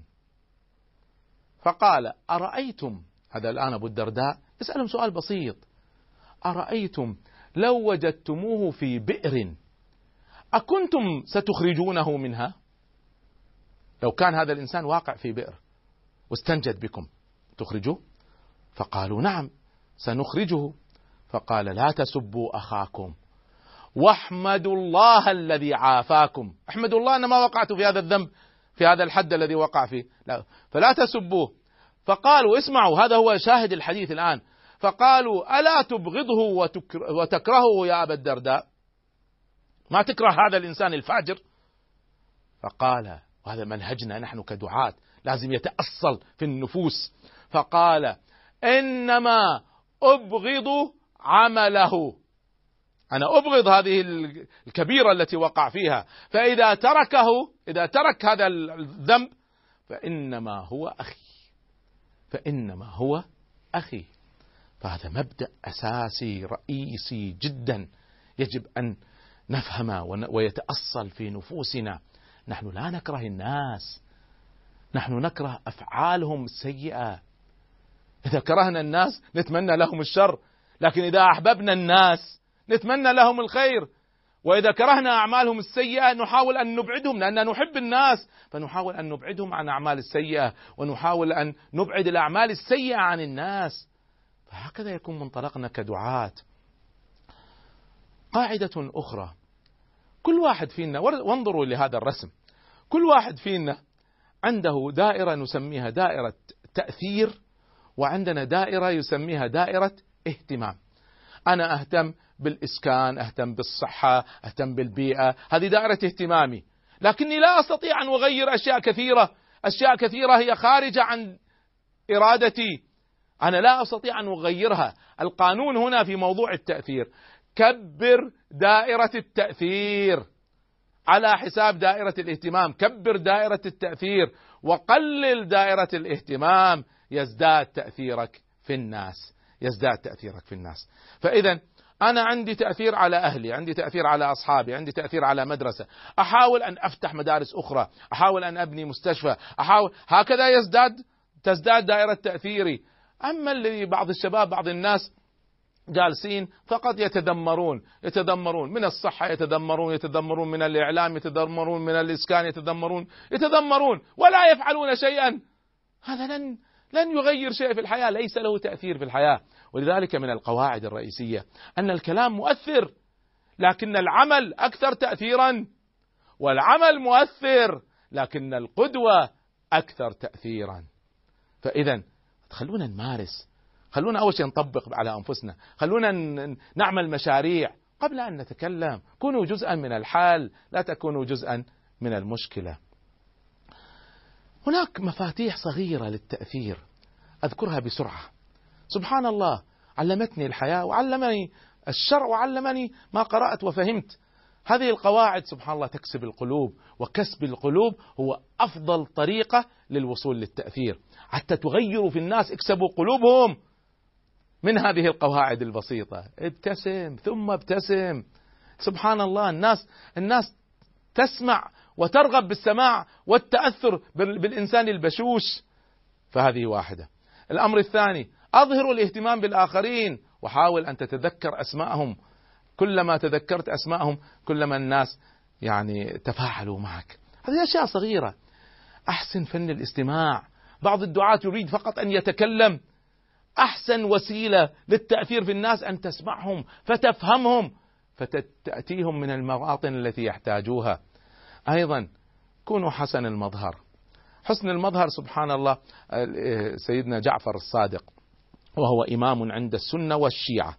فقال أرأيتم، هذا الآن أبو الدرداء يسألهم سؤال بسيط، أرأيتم لو وجدتموه في بئر أكنتم ستخرجونه منها؟ لو كان هذا الإنسان واقع في بئر واستنجد بكم تخرجوه؟ فقالوا نعم سنخرجه. فقال لا تسبوا أخاكم واحمدوا الله الذي عافاكم. احمدوا الله أن ما وقعتوا في هذا الذنب، في هذا الحد الذي وقع فيه، لا فلا تسبوه. فقالوا اسمعوا، هذا هو شاهد الحديث الآن، فقالوا ألا تبغضه وتكرهه يا أبا الدرداء؟ ما تكره هذا الإنسان الفاجر؟ فقال، وهذا منهجنا نحن كدعاة لازم يتأصل في النفوس، فقال إنما أبغض عمله، أنا أبغض هذه الكبيرة التي وقع فيها، فإذا تركه إذا ترك هذا الذنب فإنما هو أخي فإنما هو أخي. فهذا مبدأ أساسي رئيسي جدا يجب أن نفهمه ويتأصل في نفوسنا. نحن لا نكره الناس، نحن نكره أفعالهم السيئة. إذا كرهنا الناس نتمنى لهم الشر، لكن إذا أحببنا الناس نتمنى لهم الخير. وإذا كرهنا أعمالهم السيئة نحاول أن نبعدهم، لأننا نحب الناس فنحاول أن نبعدهم عن أعمال السيئة، ونحاول أن نبعد الأعمال السيئة عن الناس. فهكذا يكون منطلقنا كدعاة. قاعدة أخرى، كل واحد فينا، وانظروا لهذا الرسم، كل واحد فينا عنده دائرة نسميها دائرة تأثير، وعندنا دائرة يسميها دائرة اهتمام. أنا أهتم بالإسكان، أهتم بالصحة، أهتم بالبيئة، هذه دائرة اهتمامي، لكني لا أستطيع أن أغير أشياء كثيرة أشياء كثيرة هي خارجة عن إرادتي، أنا لا أستطيع أن أغيرها. القانون هنا في موضوع التأثير، كبر دائرة التأثير على حساب دائرة الاهتمام، كبر دائرة التأثير وقلل دائرة الاهتمام، يزداد تأثيرك في الناس يزداد تأثيرك في الناس. فإذا أنا عندي تأثير على أهلي، عندي تأثير على أصحابي، عندي تأثير على مدرسة، أحاول أن أفتح مدارس أخرى، أحاول أن أبني مستشفى، أحاول هكذا يزداد تزداد دائرة تأثيري. أما اللي بعض الشباب بعض الناس جالسين فقط يتذمرون يتذمرون من الصحة، يتذمرون يتذمرون من الإعلام، يتذمرون من الإسكان، يتذمرون يتذمرون ولا يفعلون شيئا. هذا لن لن يغير شيء في الحياة، ليس له تأثير في الحياة. ولذلك من القواعد الرئيسية أن الكلام مؤثر، لكن العمل أكثر تأثيرا، والعمل مؤثر لكن القدوة أكثر تأثيرا. فإذا خلونا نمارس، خلونا أول شيء نطبق على أنفسنا، خلونا نعمل مشاريع قبل أن نتكلم. كونوا جزءا من الحل، لا تكونوا جزءا من المشكلة. هناك مفاتيح صغيرة للتأثير أذكرها بسرعة. سبحان الله، علمتني الحياة وعلمني الشرع وعلمني ما قرأت وفهمت. هذه القواعد سبحان الله تكسب القلوب، وكسب القلوب هو أفضل طريقة للوصول للتأثير. حتى تغيروا في الناس اكسبوا قلوبهم من هذه القواعد البسيطة. ابتسم ثم ابتسم. سبحان الله، الناس الناس تسمع وترغب بالسماع والتأثر بالإنسان البشوش. فهذه واحدة. الأمر الثاني، أظهروا الاهتمام بالآخرين وحاول أن تتذكر أسماءهم. كلما تذكرت أسماءهم كلما الناس يعني تفاعلوا معك. هذه أشياء صغيرة. أحسن فن الاستماع. بعض الدعاة يريد فقط أن يتكلم. أحسن وسيلة للتأثير في الناس أن تسمعهم فتفهمهم فتأتيهم من المواطن التي يحتاجوها. أيضا كونوا حسن المظهر. حسن المظهر سبحان الله، سيدنا جعفر الصادق وهو إمام عند السنة والشيعة،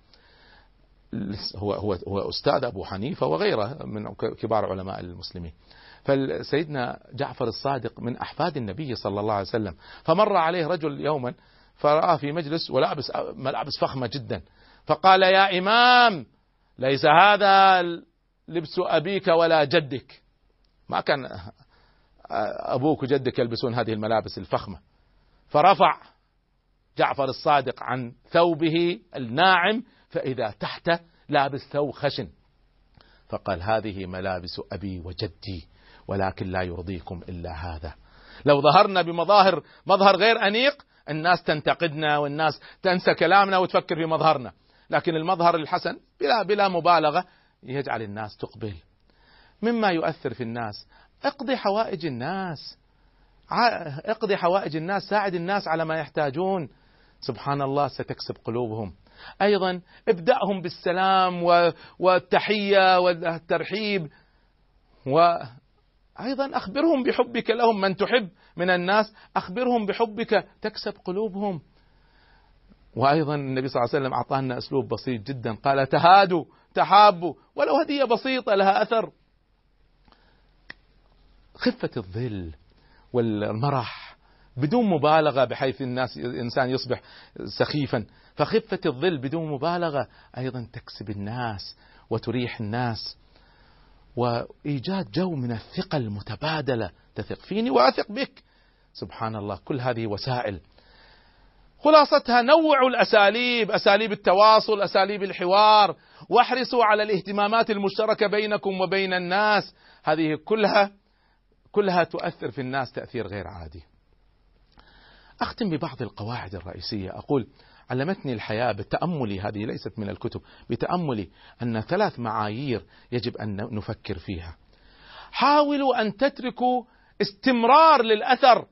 هو هو هو أستاذ أبو حنيفة وغيره من كبار علماء المسلمين. فسيدنا جعفر الصادق من أحفاد النبي صلى الله عليه وسلم، فمر عليه رجل يوما فرآه في مجلس ولابس ملابس فخمة جدا، فقال: يا إمام، ليس هذا لبس أبيك ولا جدك. ما كان أبوك وجدك يلبسون هذه الملابس الفخمة. فرفع جعفر الصادق عن ثوبه الناعم فإذا تحته لابس ثوب خشن، فقال: هذه ملابس أبي وجدي ولكن لا يرضيكم إلا هذا. لو ظهرنا بمظاهر مظهر غير أنيق الناس تنتقدنا والناس تنسى كلامنا وتفكر في مظهرنا، لكن المظهر الحسن بلا بلا مبالغة يجعل الناس تقبل. مما يؤثر في الناس، اقضي حوائج الناس، اقضي حوائج الناس، ساعد الناس على ما يحتاجون. سبحان الله، ستكسب قلوبهم. أيضا ابدأهم بالسلام والتحية والترحيب، وأيضا أخبرهم بحبك لهم. من تحب من الناس أخبرهم بحبك تكسب قلوبهم. وأيضا النبي صلى الله عليه وسلم أعطانا أسلوب بسيط جدا، قال: تهادوا تحابوا، ولو هدية بسيطة لها أثر. خفة الظل والمرح بدون مبالغة بحيث الناس الإنسان يصبح سخيفا، فخفة الظل بدون مبالغة أيضا تكسب الناس وتريح الناس، وإيجاد جو من الثقة المتبادلة، تثق فيني وأثق بك. سبحان الله، كل هذه وسائل. خلاصتها نوعوا الأساليب، أساليب التواصل، أساليب الحوار، واحرصوا على الاهتمامات المشتركة بينكم وبين الناس. هذه كلها كلها تؤثر في الناس تأثير غير عادي. أختم ببعض القواعد الرئيسية. أقول علمتني الحياة بتأملي، هذه ليست من الكتب، بتأملي أن ثلاث معايير يجب أن نفكر فيها. حاولوا أن تتركوا استمرار للأثر.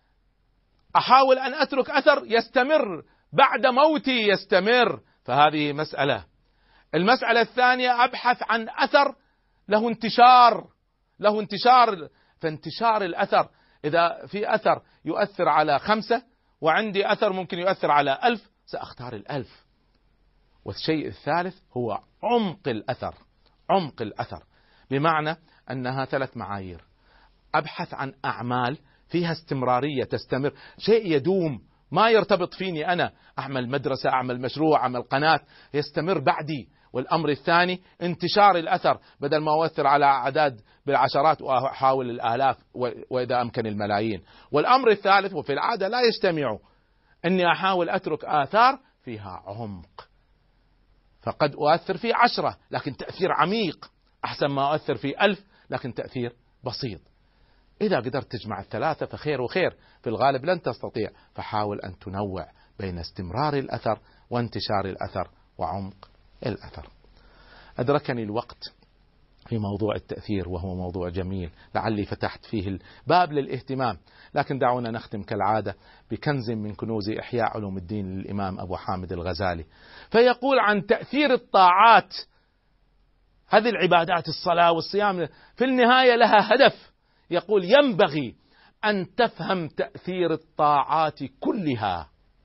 أحاول أن أترك أثر يستمر بعد موتي، يستمر، فهذه مسألة. المسألة الثانية أبحث عن أثر له انتشار، له انتشار، فانتشار الأثر، إذا في أثر يؤثر على خمسة وعندي أثر ممكن يؤثر على ألف، سأختار الألف. والشيء الثالث هو عمق الأثر، عمق الأثر بمعنى أنها ثلاث معايير. أبحث عن أعمال فيها استمرارية تستمر، شيء يدوم ما يرتبط فيني أنا، أعمل مدرسة، أعمل مشروع، أعمل قناة يستمر بعدي. والأمر الثاني انتشار الأثر، بدل ما أؤثر على أعداد بالعشرات وأحاول الآلاف وإذا أمكن الملايين. والأمر الثالث وفي العادة لا يجتمع، أني أحاول أترك آثار فيها عمق، فقد أؤثر في عشرة لكن تأثير عميق، أحسن ما أؤثر في ألف لكن تأثير بسيط. إذا قدرت تجمع الثلاثة فخير وخير، في الغالب لن تستطيع، فحاول أن تنوع بين استمرار الأثر وانتشار الأثر وعمق الأثر. أدركني الوقت في موضوع التأثير وهو موضوع جميل، لعلي فتحت فيه الباب للاهتمام، لكن دعونا نختم كالعادة بكنز من كنوز إحياء علوم الدين للإمام أبو حامد الغزالي، فيقول عن تأثير الطاعات، هذه العبادات الصلاة والصيام في النهاية لها هدف. يقول ينبغي أن تفهم تأثير الطاعات كلها،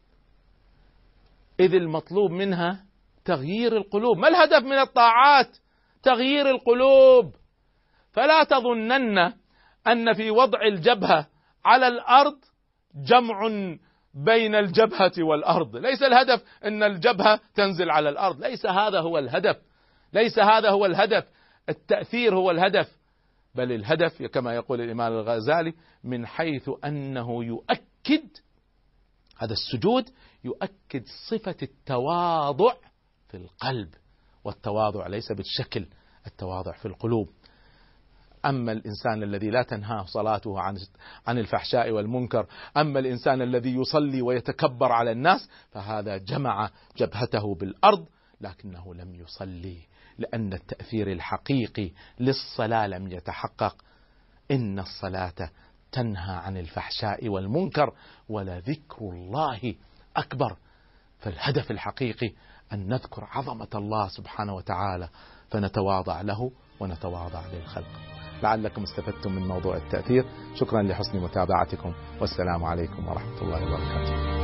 إذ المطلوب منها تغيير القلوب. ما الهدف من الطاعات؟ تغيير القلوب. فلا تظنن أن في وضع الجبهة على الأرض جمع بين الجبهة والأرض، ليس الهدف أن الجبهة تنزل على الأرض، ليس هذا هو الهدف، ليس هذا هو الهدف. التأثير هو الهدف، بل الهدف كما يقول الإمام الغزالي من حيث أنه يؤكد، هذا السجود يؤكد صفة التواضع في القلب، والتواضع ليس بالشكل، التواضع في القلوب. أما الإنسان الذي لا تنهاه صلاته عن عن الفحشاء والمنكر، أما الإنسان الذي يصلي ويتكبر على الناس، فهذا جمع جبهته بالأرض لكنه لم يصلي، لأن التأثير الحقيقي للصلاة لم يتحقق. إن الصلاة تنهى عن الفحشاء والمنكر ولذكر الله أكبر. فالهدف الحقيقي أن نذكر عظمة الله سبحانه وتعالى، فنتواضع له ونتواضع للخلق. لعلكم استفدتم من موضوع التأثير. شكرا لحسن متابعتكم، والسلام عليكم ورحمة الله وبركاته.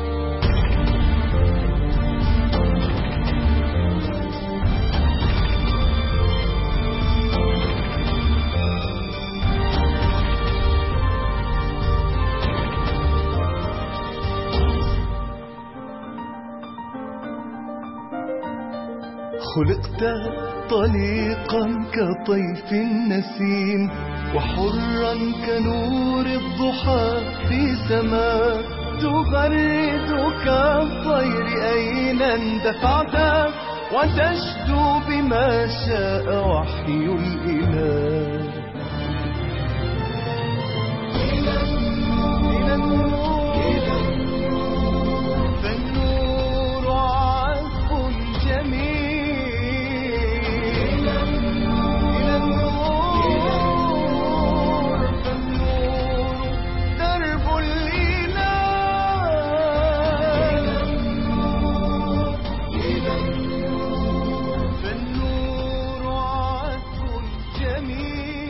خلقت طليقا كطيف النسيم، وحرا كنور الضحى في سماء، تغرد كالطير أين اندفعت، وتشدو بما شاء وحي الإله. فالنور عذب جميل، فالنور عذب جميل.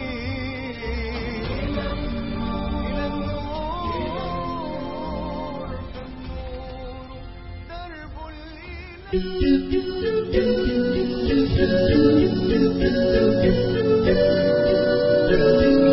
Thank you.